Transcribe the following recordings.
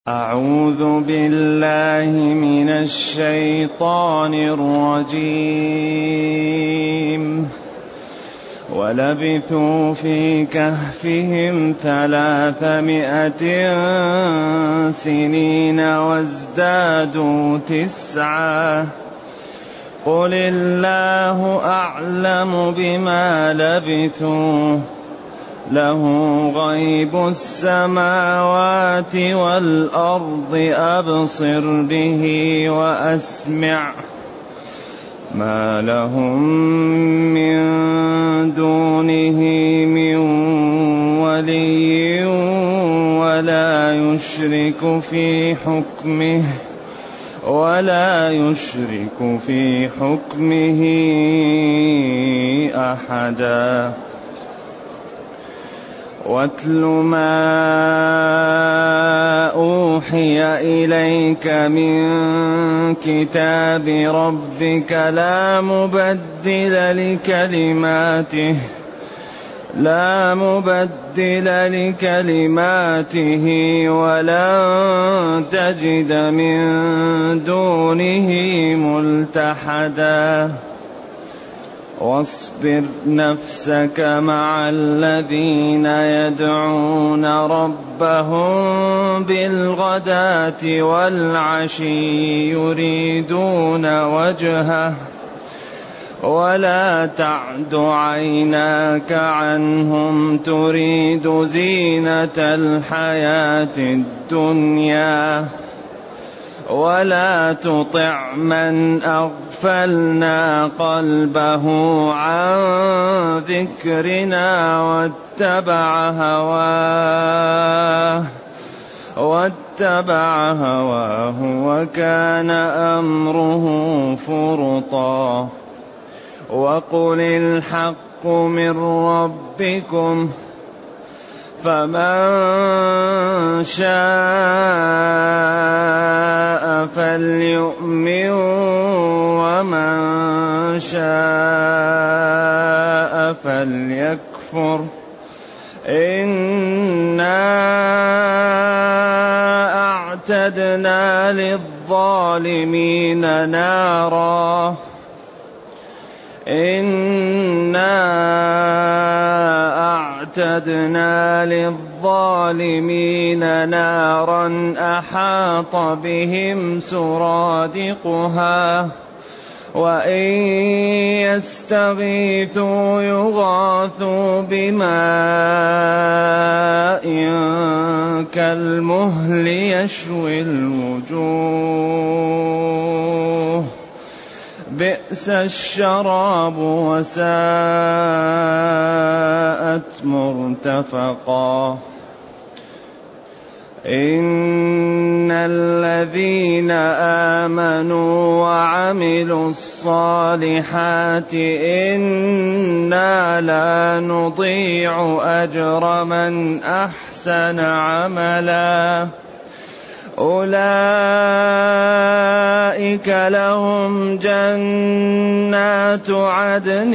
أعوذ بالله من الشيطان الرجيم. ولبثوا في كهفهم 300 سنين وازدادوا 9. قل الله أعلم بما لبثوا، له غيب السماوات والأرض، أبصر به وأسمع، ما لهم من دونه من ولي ولا يشرك في حكمه أحدا. واتل ما أوحي إليك من كتاب ربك لا مبدل لكلماته ولن تجد من دونه ملتحدا. واصبر نفسك مع الذين يدعون ربهم بالغداة والعشي يريدون وجهه، ولا تعد عيناك عنهم تريد زينة الحياة الدنيا، ولا تطع من أغفلنا قلبه عن ذكرنا واتبع هواه وكان أمره فرطا. وقل الحق من ربكم، فمن شاء فليؤمن ومن شاء فليكفر. إنا أعتدنا للظالمين نارا أحاط بهم سرادقها، وإن يستغيثوا يغاثوا بماء كالمهل يشوي الوجوه، بئس الشراب وساءت مرتفقا. إن الذين آمنوا وعملوا الصالحات إنا لا نضيع أجر من أحسن عملا، أولئك لهم جنات عدن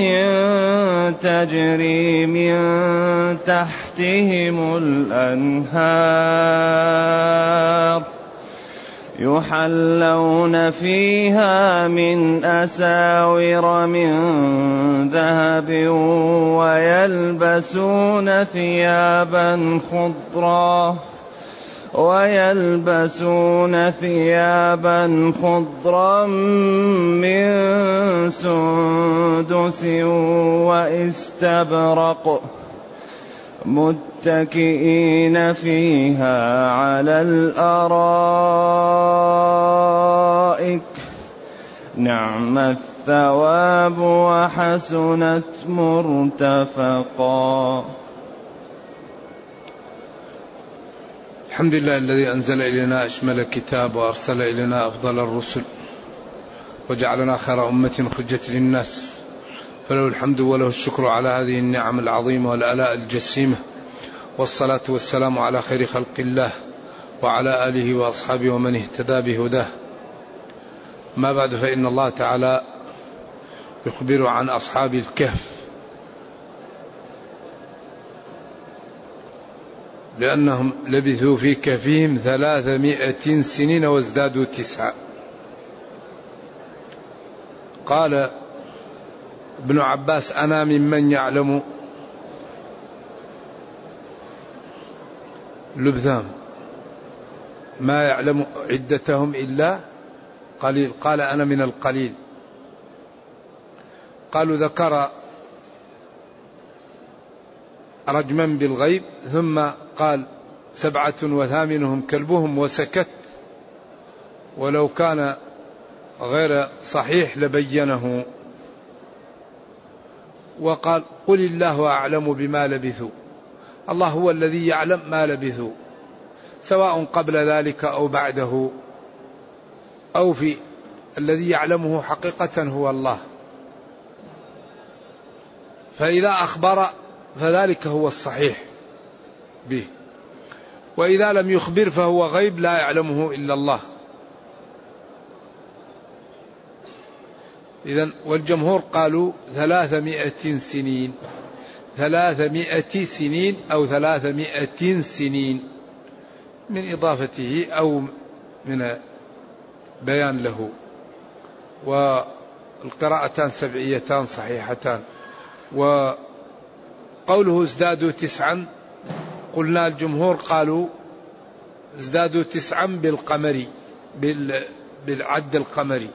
تجري من تحتهم الأنهار، يحلون فيها من أساور من ذهب ويلبسون ثيابا خضرا من سندس واستبرق، متكئين فيها على الأرائك، نعم الثواب وحسنت مرتفقا. الحمد لله الذي أنزل إلينا أشمل الكتاب وأرسل إلينا أفضل الرسل وجعلنا خير أمة خرجت للناس، فله الحمد وله الشكر على هذه النعم العظيمة والآلاء الجسيمة، والصلاة والسلام على خير خلق الله وعلى آله وأصحابه ومن اهتدى بهداه. ما بعد، فإن الله تعالى يخبر عن أصحاب الكهف لأنهم لبثوا في كهفهم 300 سنين وازدادوا 9. قال ابن عباس: أنا ممن يعلم لبثهم ما يعلم عدتهم إلا قليل. قال: أنا من القليل. قالوا: ذكر رجما بالغيب ثم قال: 7 وثامنهم كلبهم وسكت، ولو كان غير صحيح لبينه. وقال: قل الله أعلم بما لبثوا. الله هو الذي يعلم ما لبثوا، سواء قبل ذلك أو بعده أو في الذي يعلمه حقيقة هو الله. فإذا أخبر فذلك هو الصحيح به، وإذا لم يخبر فهو غيب لا يعلمه إلا الله. إذن والجمهور قالوا 300 سنين، 300 سنين أو 300 سنين، من إضافته أو من بيان له. والقراءتان سبعيتان صحيحتان. وقوله ازدادوا 9، قلنا الجمهور قالوا ازدادوا 9 بالقمري، بالعد القمري.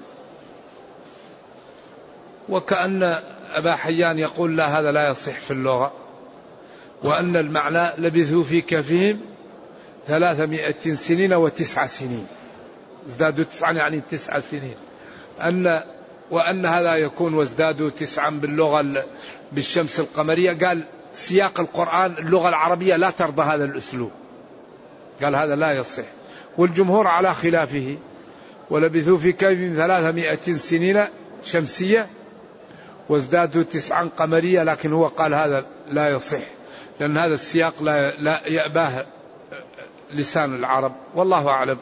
وكأن أبا حيان يقول: لا، هذا لا يصح في اللغة، وأن المعنى لبثوا في كهفهم 300 سنين و9 سنين. ازدادوا 9 يعني 9 سنين. وأن هذا يكون وازدادوا 9 باللغة بالشمس القمرية. قال: سياق القرآن اللغة العربية لا ترضى هذا الأسلوب، قال هذا لا يصح. والجمهور على خلافه، ولبثوا في كهفهم 300 سنين شمسية وازدادوا 9 قمرية، لكن هو قال هذا لا يصح، لأن هذا السياق لا يأباه لسان العرب، والله أعلم.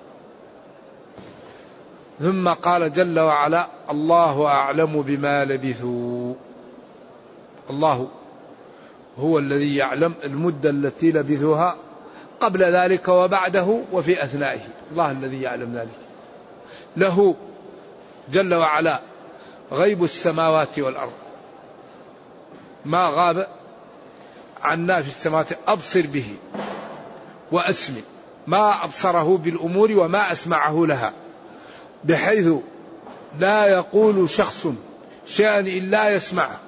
ثم قال جل وعلا: الله أعلم بما لبثوا. الله هو الذي يعلم المدة التي لبثوها قبل ذلك وبعده وفي أثنائه، الله الذي يعلم ذلك. له جل وعلا غيب السماوات والأرض، ما غاب عنا في السماوات أبصر به وأسمع، ما أبصره بالأمور وما أسمعه لها، بحيث لا يقول شخص شيئا إلا يسمعه،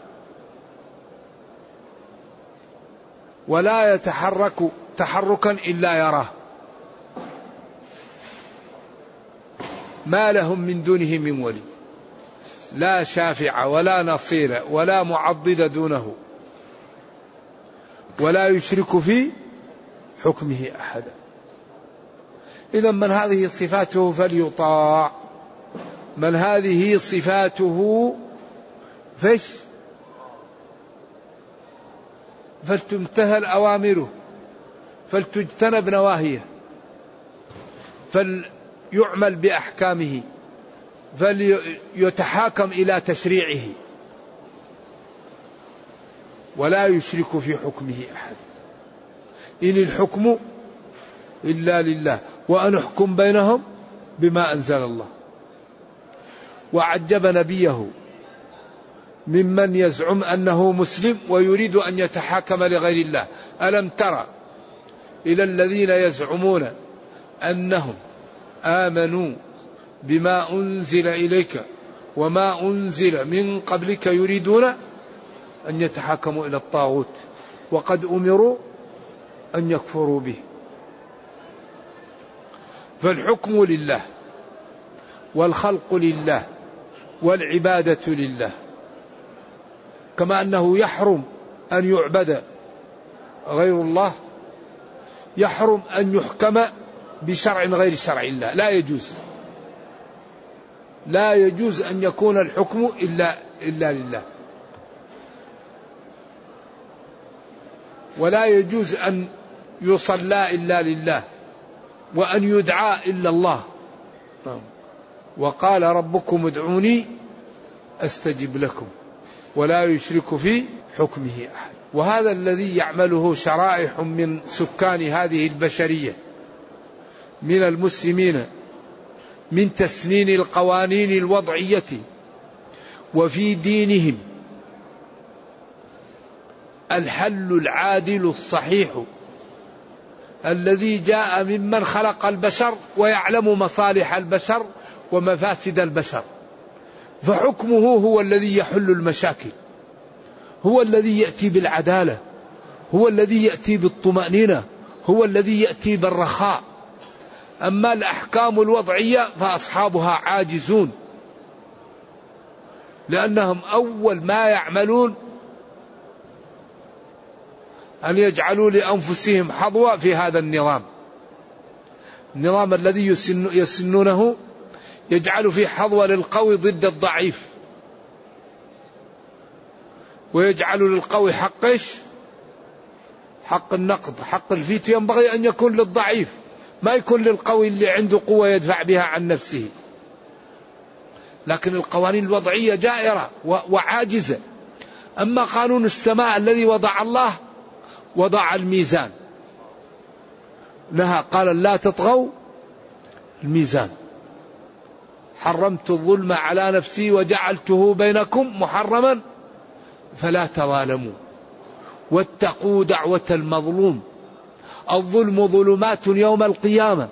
ولا يتحرك تحركا إلا يراه، ما لهم من دونه من ولي، لا شافع ولا نصير ولا معضد دونه، ولا يشرك في حكمه أحدا. إذا من هذه صفاته فليطاع، من هذه صفاته فلتمتثل أوامره، فلتجتنب نواهيه، فليعمل بأحكامه، فليتحاكم إلى تشريعه، ولا يشرك في حكمه أحد. إن الحكم إلا لله وأن احكم بينهم بما أنزل الله. وعجب نبيه ممن يزعم أنه مسلم ويريد أن يتحاكم لغير الله. ألم ترى إلى الذين يزعمون أنهم آمنوا بما أنزل إليك وما أنزل من قبلك يريدون أن يتحاكموا إلى الطاغوت وقد أمروا أن يكفروا به. فالحكم لله، والخلق لله، والعبادة لله، كما أنه يحرم أن يعبد غير الله، يحرم أن يحكم بشرع غير شرع الله، لا يجوز، لا يجوز أن يكون الحكم إلا لله، ولا يجوز أن يصلى إلا لله، وأن يدعى إلا الله. وقال ربكم ادعوني أستجب لكم، ولا يشرك في حكمه أحد. وهذا الذي يعمله شرائح من سكان هذه البشرية من المسلمين من تسنين القوانين الوضعية وفي دينهم الحل العادل الصحيح الذي جاء ممن خلق البشر ويعلم مصالح البشر ومفاسد البشر، فحكمه هو الذي يحل المشاكل، هو الذي يأتي بالعدالة، هو الذي يأتي بالطمأنينة، هو الذي يأتي بالرخاء. أما الأحكام الوضعية فأصحابها عاجزون، لأنهم أول ما يعملون أن يجعلوا لأنفسهم حظوة في هذا النظام الذي يسنونه، يجعل فيه حظوة للقوي ضد الضعيف، ويجعل للقوي حق النقد، حق الفيتو ينبغي أن يكون للضعيف، ما يكون للقوي اللي عنده قوة يدفع بها عن نفسه. لكن القوانين الوضعية جائرة وعاجزة. أما قانون السماء الذي وضع الله وضع الميزان، نهى قال لا تطغوا الميزان، حرمت الظلم على نفسي وجعلته بينكم محرما فلا تظالموا واتقوا دعوة المظلوم، الظلم ظلمات يوم القيامة.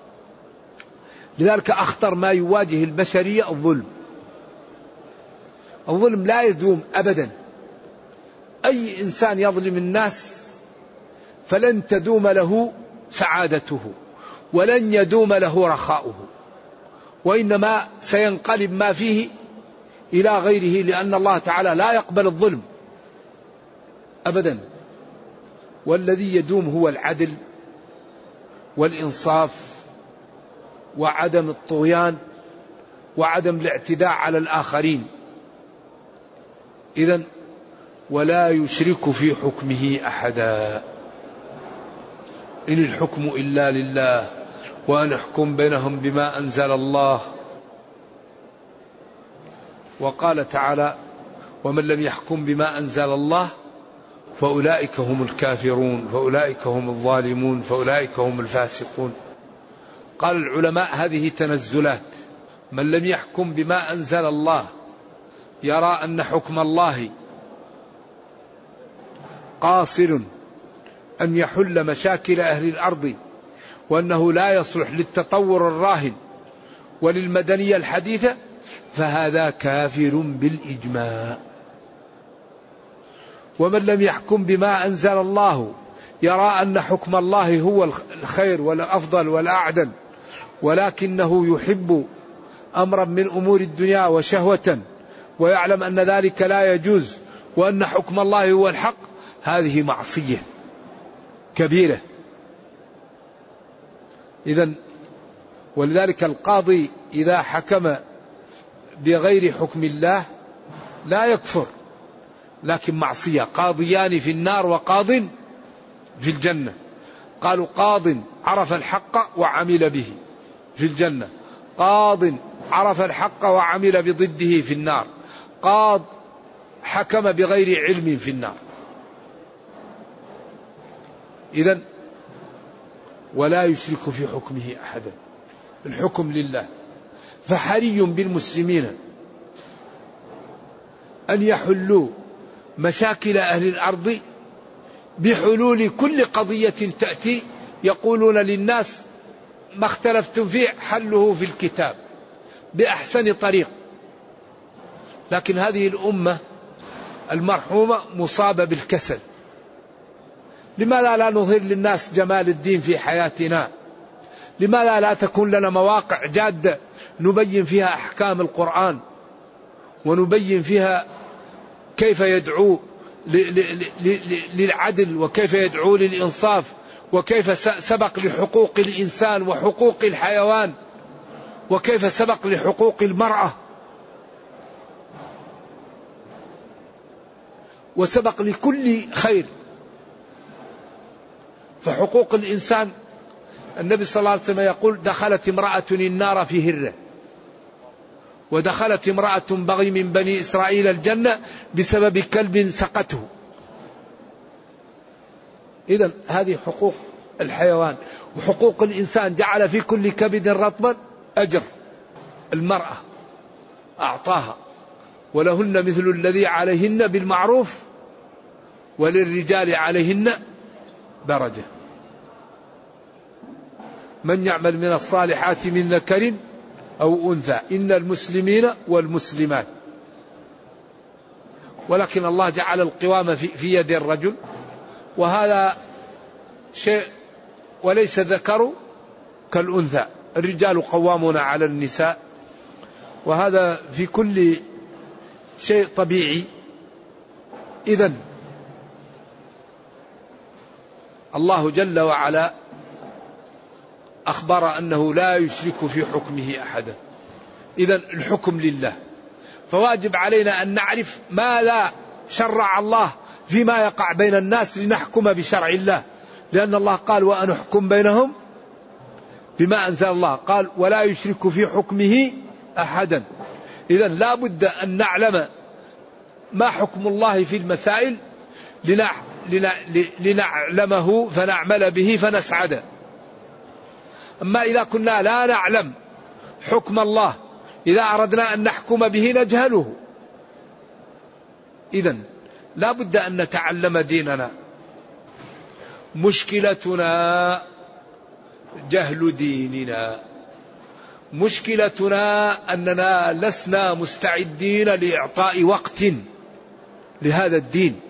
لذلك أخطر ما يواجه البشرية الظلم. الظلم لا يدوم أبدا. أي إنسان يظلم الناس فلن تدوم له سعادته ولن يدوم له رخاؤه، وإنما سينقلب ما فيه إلى غيره، لأن الله تعالى لا يقبل الظلم أبدا. والذي يدوم هو العدل والإنصاف وعدم الطغيان وعدم الاعتداء على الآخرين. إذن ولا يشرك في حكمه أحدا، إن الحكم إلا لله وأن أحكم بينهم بما أنزل الله. وقال تعالى ومن لم يحكم بما أنزل الله فأولئك هم الكافرون، فأولئك هم الظالمون، فأولئك هم الفاسقون. قال العلماء هذه تنزلات. من لم يحكم بما أنزل الله يرى أن حكم الله قاصر أن يحل مشاكل أهل الأرض، وأنه لا يصلح للتطور الراهن وللمدنية الحديثة، فهذا كافر بالإجماع. ومن لم يحكم بما أنزل الله يرى أن حكم الله هو الخير والأفضل والأعدل، ولكنه يحب أمرا من أمور الدنيا وشهوة، ويعلم أن ذلك لا يجوز، وأن حكم الله هو الحق، هذه معصية كبيرة. إذن ولذلك القاضي إذا حكم بغير حكم الله لا يكفر، لكن معصية. قاضيان في النار وقاض في الجنة. قالوا قاض عرف الحق وعمل به في الجنة، قاض عرف الحق وعمل بضده في النار، قاض حكم بغير علم في النار. إذن ولا يشرك في حكمه أحدا، الحكم لله. فحري بالمسلمين أن يحلوا مشاكل أهل الأرض بحلول كل قضية تأتي، يقولون للناس ما اختلفتم فيه حله في الكتاب بأحسن طريق. لكن هذه الأمة المرحومة مصابة بالكسل. لماذا لا نظهر للناس جمال الدين في حياتنا؟ لماذا لا تكون لنا مواقع جادة نبين فيها أحكام القرآن، ونبين فيها كيف يدعو للعدل، وكيف يدعو للإنصاف، وكيف سبق لحقوق الإنسان وحقوق الحيوان، وكيف سبق لحقوق المرأة، وسبق لكل خير. فحقوق الإنسان النبي صلى الله عليه وسلم يقول دخلت امرأة النار في هرة، ودخلت امرأة بغي من بني إسرائيل الجنة بسبب كلب سقته. إذن هذه حقوق الحيوان. وحقوق الإنسان جعل في كل كبد رطبا أجر. المرأة أعطاها ولهن مثل الذي عليهن بالمعروف وللرجال عليهن درجة. من يعمل من الصالحات من ذكر أو أنثى إن المسلمين والمسلمات. ولكن الله جعل القوامة في يد الرجل، وهذا شيء وليس ذكر كالأنثى. الرجال قوامون على النساء، وهذا في كل شيء طبيعي. إذن الله جل وعلا أخبر أنه لا يشرك في حكمه أحدا. إذن الحكم لله، فواجب علينا أن نعرف ماذا شرع الله فيما يقع بين الناس لنحكم بشرع الله، لأن الله قال وأن أحكم بينهم بما أنزل الله، قال ولا يشرك في حكمه أحدا. إذن لا بد أن نعلم ما حكم الله في المسائل لنعلمه فنعمل به فنسعد. أما إذا كنا لا نعلم حكم الله، إذا أردنا أن نحكم به نجهله. إذن لا بد أن نتعلم ديننا. مشكلتنا جهل ديننا، مشكلتنا أننا لسنا مستعدين لإعطاء وقت لهذا الدين.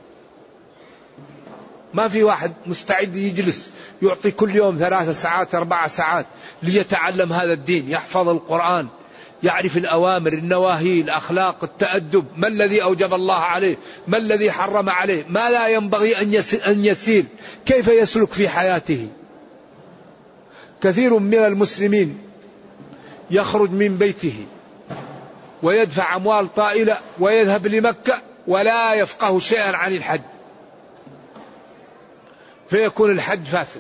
ما في واحد مستعد يجلس يعطي كل يوم 3 ساعات 4 ساعات ليتعلم هذا الدين، يحفظ القرآن، يعرف الأوامر النواهي الأخلاق التأدب، ما الذي أوجب الله عليه، ما الذي حرم عليه، ما لا ينبغي أن يسير، كيف يسلك في حياته. كثير من المسلمين يخرج من بيته ويدفع أموال طائلة ويذهب لمكة ولا يفقه شيئا عن الحج، فيكون الحج فاسد،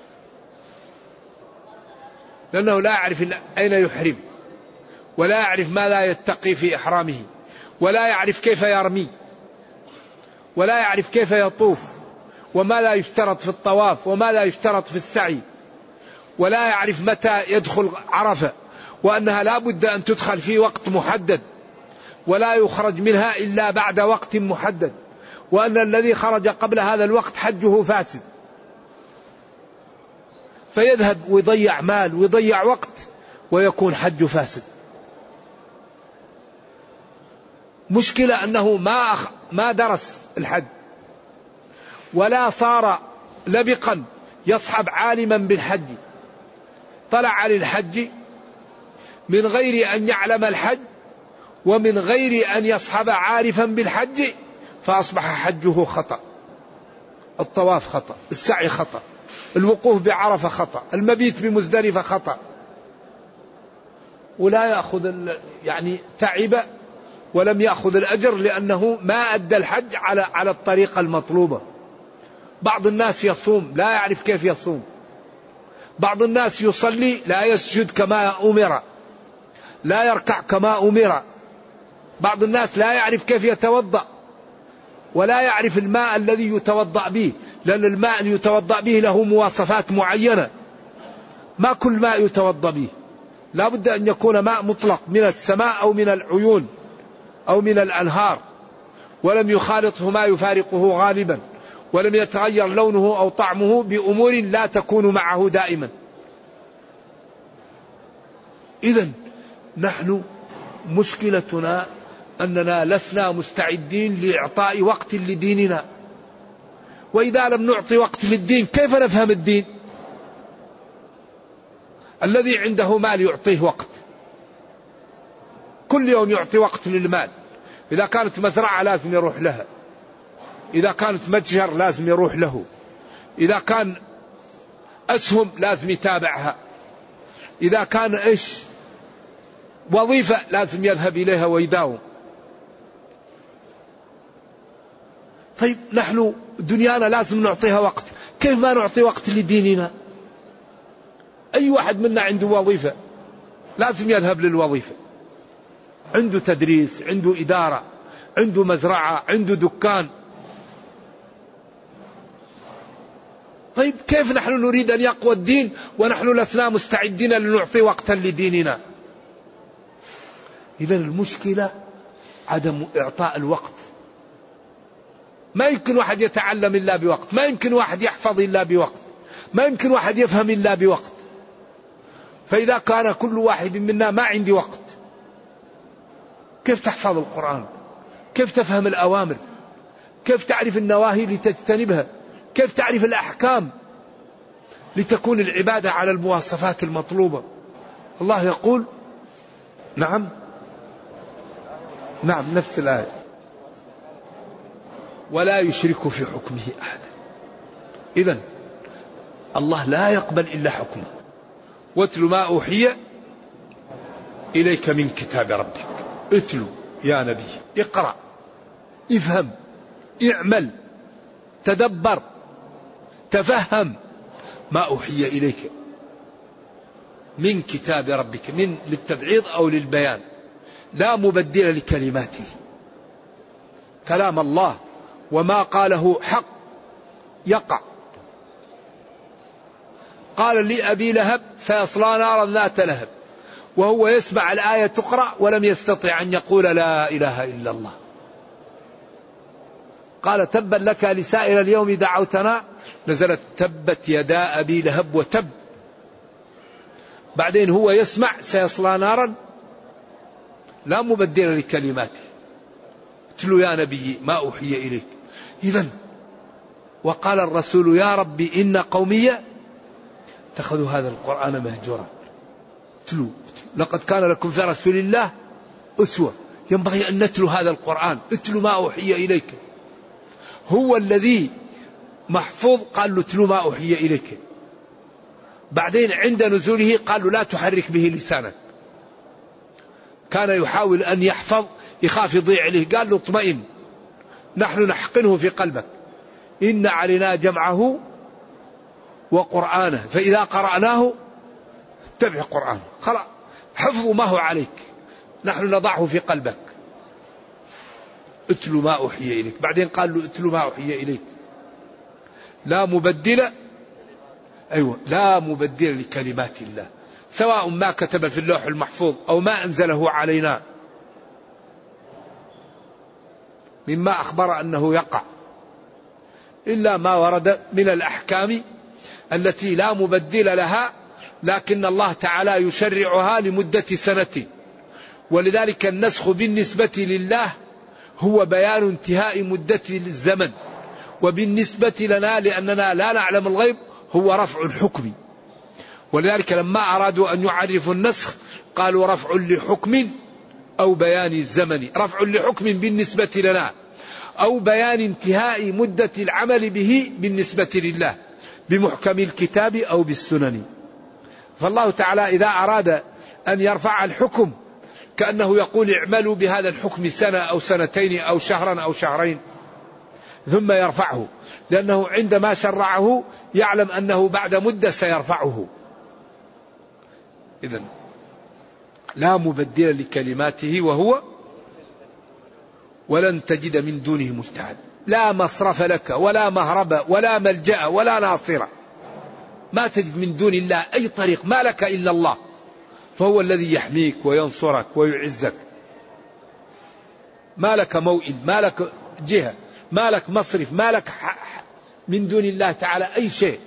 لأنه لا يعرف أين يحرم، ولا يعرف ما لا يتقي في إحرامه، ولا يعرف كيف يرمي، ولا يعرف كيف يطوف، وما لا يشترط في الطواف، وما لا يشترط في السعي، ولا يعرف متى يدخل عرفة، وأنها لا بد أن تدخل في وقت محدد ولا يخرج منها إلا بعد وقت محدد، وأن الذي خرج قبل هذا الوقت حجه فاسد. فيذهب ويضيع مال ويضيع وقت ويكون حجه فاسد. مشكلة أنه ما درس الحج، ولا صار لبقا يصحب عالما بالحج، طلع للحج من غير أن يعلم الحج ومن غير أن يصحب عارفا بالحج، فأصبح حجه خطأ. الطواف خطأ، السعي خطأ، الوقوف بعرفة خطأ، المبيت بمزدلفة خطأ، ولا يأخذ تعب ولم يأخذ الأجر لأنه ما أدى الحج على الطريقة المطلوبة. بعض الناس يصوم لا يعرف كيف يصوم، بعض الناس يصلي لا يسجد كما أمر، لا يركع كما أمر، بعض الناس لا يعرف كيف يتوضأ، ولا يعرف الماء الذي يتوضأ به، لأن الماء اللي يتوضأ به له مواصفات معينة، ما كل ماء يتوضأ به، لا بد أن يكون ماء مطلق من السماء أو من العيون أو من الأنهار، ولم يخالطه ما يفارقه غالبا، ولم يتغير لونه أو طعمه بأمور لا تكون معه دائما. إذن نحن مشكلتنا أننا لسنا مستعدين لإعطاء وقت لديننا، وإذا لم نعطي وقت للدين كيف نفهم الدين؟ الذي عنده مال يعطيه وقت، كل يوم يعطي وقت للمال. إذا كانت مزرعة لازم يروح لها، إذا كانت متجر لازم يروح له، إذا كان أسهم لازم يتابعها، إذا كان وظيفة لازم يذهب إليها ويداوم. طيب نحن دنيانا لازم نعطيها وقت، كيف ما نعطي وقت لديننا؟ أي واحد منا عنده وظيفة لازم يذهب للوظيفة، عنده تدريس، عنده إدارة، عنده مزرعة، عنده دكان. طيب كيف نحن نريد أن يقوى الدين ونحن لسنا مستعدين لنعطي وقتا لديننا؟ إذن المشكلة عدم إعطاء الوقت. ما يمكن واحد يتعلم إلا بوقت، ما يمكن واحد يحفظ إلا بوقت، ما يمكن واحد يفهم إلا بوقت. فإذا كان كل واحد منا ما عندي وقت، كيف تحفظ القرآن؟ كيف تفهم الأوامر؟ كيف تعرف النواهي لتجتنبها؟ كيف تعرف الأحكام لتكون العبادة على المواصفات المطلوبة؟ الله يقول نعم نفس الآية ولا يشرك في حكمه أحد. إذن الله لا يقبل إلا حكمه. واتل ما أوحي إليك من كتاب ربك. اتلو يا نبي، اقرأ، افهم، اعمل، تدبر، تفهم ما أوحي إليك من كتاب ربك. من للتبعيض أو للبيان، لا مبدل لكلماته. كلام الله وما قاله حق يقع. قال لأبي لهب سيصلى نارا ذات لهب وهو يسمع الآية تقرأ ولم يستطع أن يقول لا إله إلا الله. قال تبا لك لسائر اليوم دعوتنا، نزلت تبت يدا أبي لهب وتب. بعدين هو يسمع سيصلى نارا لا مبدل لكلماته. اتلو يا نبي ما أوحي إليك. إذن وقال الرسول يا ربي إن قومي اتخذوا هذا القرآن مهجورا. اتلو لقد كان لكم في رسول الله أسوة. ينبغي أن نتلو هذا القرآن. اتلو ما أوحي إليك. هو الذي محفوظ قال له اتلو ما أوحي إليك. بعدين عند نزوله قالوا لا تحرك به لسانك. كان يحاول أن يحفظ يخاف يضيع عليه، قال له اطمئن نحن نحقنه في قلبك، إن علينا جمعه وقرآنه فإذا قرأناه اتبع قرآنه. خلاص حفظه ما هو عليك، نحن نضعه في قلبك. اتلو ما أوحي إليك. بعدين قال له اتلو ما أوحي إليك. لا مبدل، لا مبدل لكلمات الله، سواء ما كتب في اللوح المحفوظ أو ما أنزله علينا مما أخبر أنه يقع، إلا ما ورد من الأحكام التي لا مبدل لها، لكن الله تعالى يشرعها لمدة سنة. ولذلك النسخ بالنسبة لله هو بيان انتهاء مدة الزمن، وبالنسبة لنا لأننا لا نعلم الغيب هو رفع الحكم. ولذلك لما أرادوا أن يعرفوا النسخ قالوا رفع لحكم أو بيان الزمن. رفع لحكم بالنسبة لنا، أو بيان انتهاء مدة العمل به بالنسبة لله بمحكم الكتاب أو بالسنن. فالله تعالى إذا أراد أن يرفع الحكم كأنه يقول اعملوا بهذا الحكم سنة أو سنتين أو شهرا أو شهرين ثم يرفعه، لأنه عندما شرعه يعلم أنه بعد مدة سيرفعه. إذن لا مبدل لكلماته وهو ولن تجد من دونه ملتحدا. لا مصرف لك ولا مهرب ولا ملجأ ولا ناصر. ما تجد من دون الله أي طريق، ما لك إلا الله، فهو الذي يحميك وينصرك ويعزك. ما لك موئل، ما لك جهة، ما لك مصرف، ما لك من دون الله تعالى أي شيء.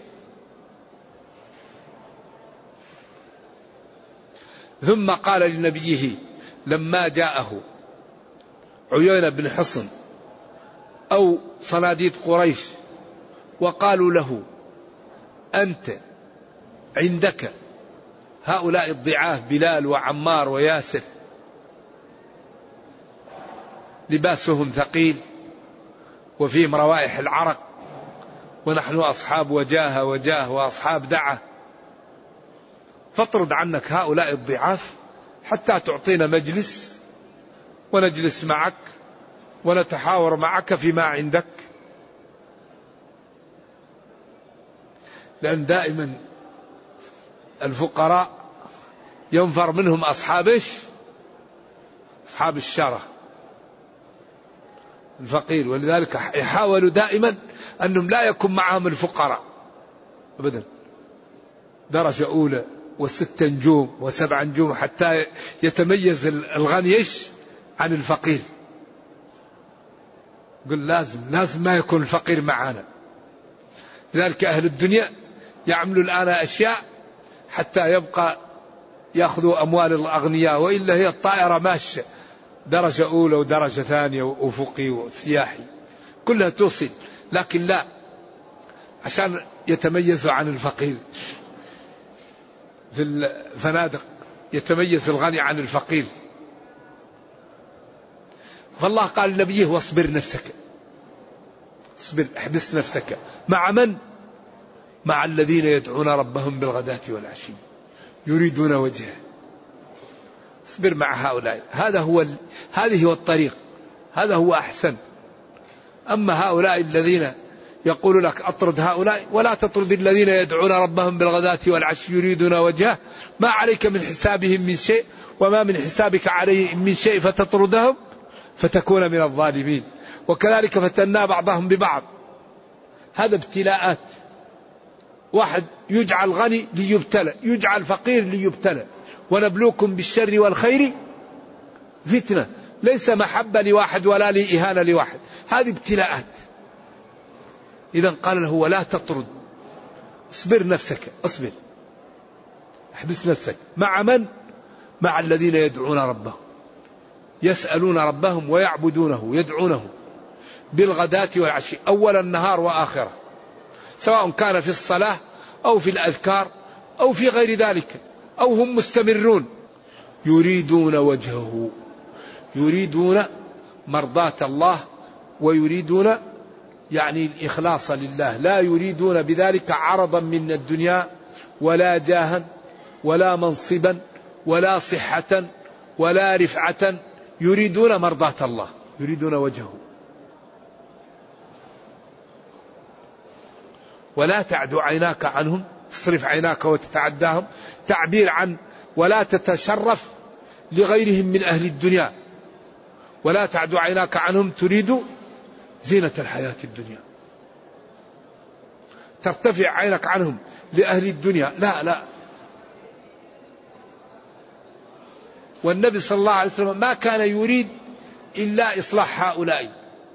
ثم قال لنبيه لما جاءه عيينة بن حصن أو صناديد قريش وقالوا له أنت عندك هؤلاء الضعاف بلال وعمار وياسر لباسهم ثقيل وفيهم روائح العرق، ونحن أصحاب وجاه وأصحاب دعة، فاطرد عنك هؤلاء الضعاف حتى تعطينا مجلس ونجلس معك ونتحاور معك فيما عندك. لأن دائما الفقراء ينفر منهم أصحاب أصحاب الشرع الفقير، ولذلك يحاولوا دائما أنهم لا يكون معهم الفقراء أبدا، درجة أولى و6 نجوم و7 نجوم حتى يتميز الغني عن الفقير. قل لازم ما يكون الفقير معنا. لذلك أهل الدنيا يعملوا الآن أشياء حتى يبقى يأخذوا أموال الأغنياء، وإلا هي الطائرة ماشية درجة أولى ودرجة ثانية وأفقي وسياحي كلها توصل، لكن لا، عشان يتميزوا عن الفقير. في الفنادق يتميز الغني عن الفقير. فالله قال لنبيه واصبر نفسك، اصبر احبس نفسك مع من؟ مع الذين يدعون ربهم بالغداة والعشي يريدون وجهه. اصبر مع هؤلاء، هذه هو الطريق، هذا هو أحسن. أما هؤلاء الذين يقول لك أطرد هؤلاء، ولا تطرد الذين يدعون ربهم بالغداة والعشي يريدون وجهه، ما عليك من حسابهم من شيء وما من حسابك عليهم من شيء فتطردهم فتكون من الظالمين. وكذلك فتنا بعضهم ببعض، هذا ابتلاءات. واحد يجعل غني ليبتلى، يجعل فقير ليبتلى. ونبلوكم بالشر والخير فتنة، ليس محبة لواحد ولا لإهانة لواحد، هذه ابتلاءات. إذا قال له ولا تطرد، اصبر نفسك، اصبر احبس نفسك مع من؟ مع الذين يدعون ربهم، يسألون ربهم ويعبدونه يدعونه بالغداة والعشي، أول النهار وآخره، سواء كان في الصلاة أو في الأذكار أو في غير ذلك، أو هم مستمرون يريدون وجهه، يريدون مرضاة الله، ويريدون يعني الإخلاص لله، لا يريدون بذلك عرضا من الدنيا ولا جاها ولا منصبا ولا صحة ولا رفعة، يريدون مرضاة الله، يريدون وجهه. ولا تعد عيناك عنهم، تصرف عيناك وتتعداهم، تعبير عن ولا تتشرف لغيرهم من أهل الدنيا. ولا تعد عيناك عنهم تريد زينة الحياة الدنيا، ترتفع عينك عنهم لأهل الدنيا، لا. والنبي صلى الله عليه وسلم ما كان يريد إلا إصلاح هؤلاء.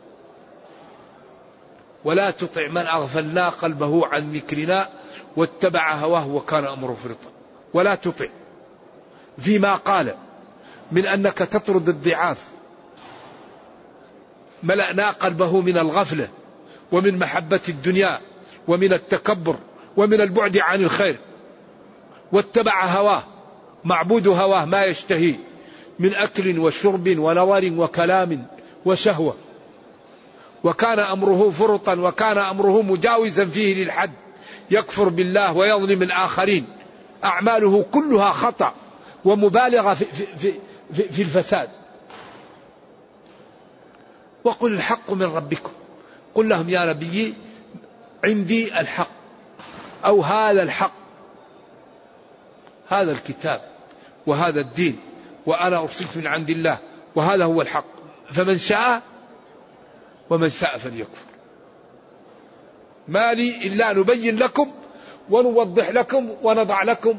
ولا تطع من أغفلنا قلبه عن ذكرنا واتبع هواه وكان أمره فرطا. ولا تطع فيما قال من أنك تطرد الضعاف، ملأنا قلبه من الغفلة ومن محبة الدنيا ومن التكبر ومن البعد عن الخير، واتبع هواه، معبود هواه ما يشتهي من أكل وشرب ونظر وكلام وشهوة، وكان أمره فرطا، وكان أمره مجاوزا فيه للحد، يكفر بالله ويظلم الآخرين، أعماله كلها خطأ ومبالغة في الفساد. وقل الحق من ربكم، قل لهم يا نبي عندي الحق، أو هذا الحق، هذا الكتاب وهذا الدين، وأنا أرسلت من عند الله، وهذا هو الحق، فمن شاء ومن شاء فليكفر. ما لي إلا نبين لكم ونوضح لكم ونضع لكم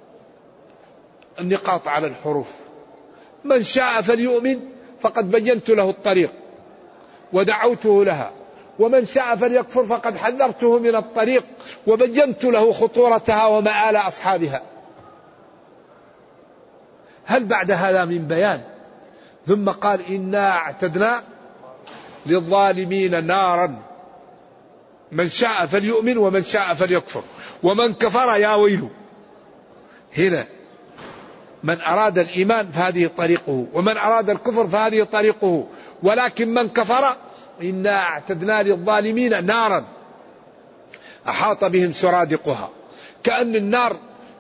النقاط على الحروف. من شاء فليؤمن فقد بينت له الطريق ودعوته لها، ومن شاء فليكفر فقد حذرته من الطريق وبينت له خطورتها ومآل أصحابها. هل بعد هذا من بيان؟ ثم قال إنا اعتدنا للظالمين نارا، من شاء فليؤمن ومن شاء فليكفر، ومن كفر يا ويله. هنا من أراد الإيمان فهذه طريقه، ومن أراد الكفر فهذه طريقه، ولكن من كفر إنا اعتدنا للظالمين نارا أحاط بهم سرادقها. كأن النار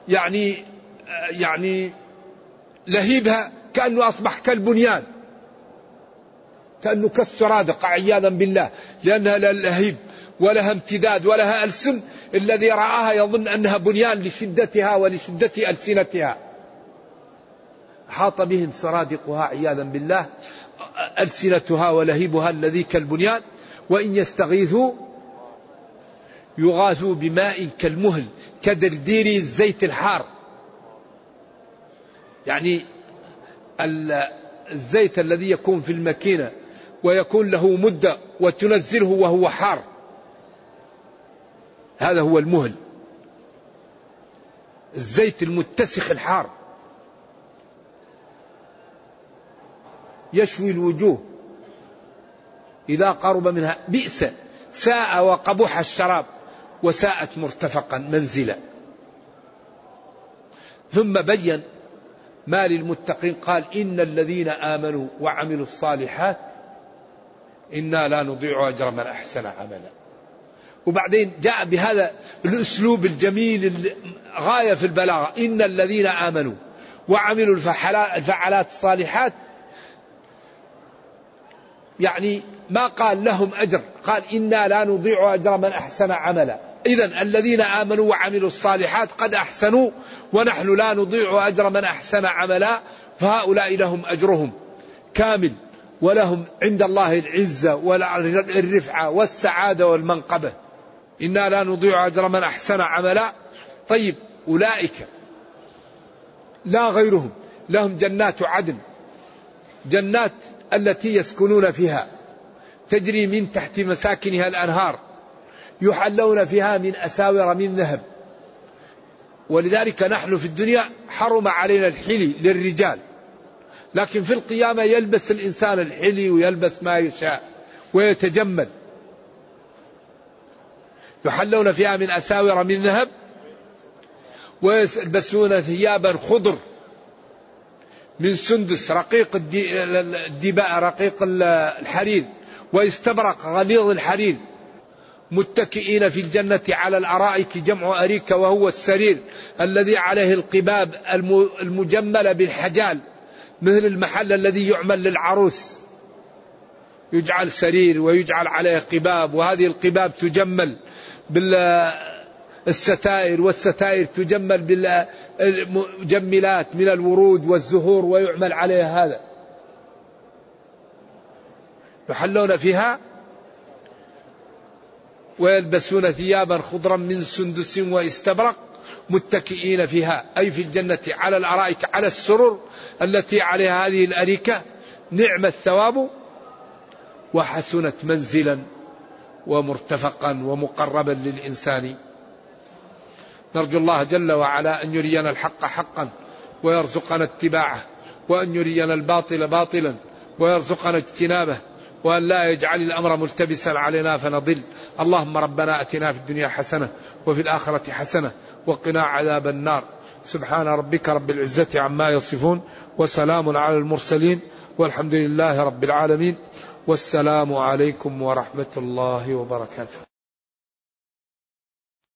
يعني لهيبها كأنه أصبح كالبنيان، كأنه كالسرادق عياذا بالله، لأنها لا لهيب ولها امتداد ولها ألسن، الذي رآها يظن أنها بنيان لشدتها ولشدة ألسنتها. أحاط بهم سرادقها عياذا بالله، ألسنتها ولهيبها الذي كالبنيان، وإن يستغيثوا يغاثوا بماء كالمهل كدردير الزيت الحار. يعني الزيت الذي يكون في الماكينة ويكون له مدة وتنزله وهو حار، هذا هو المهل، الزيت المتسخ الحار يشوي الوجوه إذا قرب منها. بئس ساء وقبح الشراب وساءت مرتفقا منزلا. ثم بين ما للمتقين، قال إن الذين آمنوا وعملوا الصالحات إنا لا نضيع أجر من أحسن عملا. وبعدين جاء بهذا الأسلوب الجميل غاية في البلاغة، إن الذين آمنوا وعملوا الفعالات الصالحات، يعني ما قال لهم أجر، قال إنا لا نضيع أجر من أحسن عملا. إذن الذين آمنوا وعملوا الصالحات قد أحسنوا، ونحن لا نضيع أجر من أحسن عملا، فهؤلاء لهم أجرهم كامل، ولهم عند الله العزة والرفعة والسعادة والمنقبة. إنا لا نضيع أجر من أحسن عملا. طيب أولئك لا غيرهم لهم جنات عدن، جنات التي يسكنون فيها تجري من تحت مساكنها الأنهار، يحلون فيها من أساور من ذهب. ولذلك نحن في الدنيا حرم علينا الحلي للرجال، لكن في القيامة يلبس الإنسان الحلي ويلبس ما يشاء ويتجمل. يحلون فيها من أساور من ذهب ويلبسون ثيابا خضر من سندس رقيق الدباء رقيق الحرير، واستبرق غليظ الحرير، متكئين في الجنة على الأرائك، جمع أريكة وهو السرير الذي عليه القباب المجملة بالحجال، مثل المحل الذي يعمل للعروس، يجعل سرير ويجعل عليه قباب، وهذه القباب تجمل بالستائر، والستائر تجمل بالمجملات من الورود والزهور ويعمل عليها هذا. يحلون فيها ويلبسون ثيابا خضرا من سندس واستبرق متكئين فيها، أي في الجنة على الأرائك، على السرر التي عليها هذه الأريكة، نعم الثواب وحسنت منزلا ومرتفقا ومقربا للإنسان. نرجو الله جل وعلا أن يرينا الحق حقا ويرزقنا اتباعه، وأن يرينا الباطل باطلا ويرزقنا اجتنابه، وأن لا يجعل الأمر ملتبسا علينا فنضل. اللهم ربنا أتنا في الدنيا حسنة وفي الآخرة حسنة وقنا عذاب النار. سبحان ربك رب العزة عما يصفون، وسلام على المرسلين، والحمد لله رب العالمين، والسلام عليكم ورحمة الله وبركاته.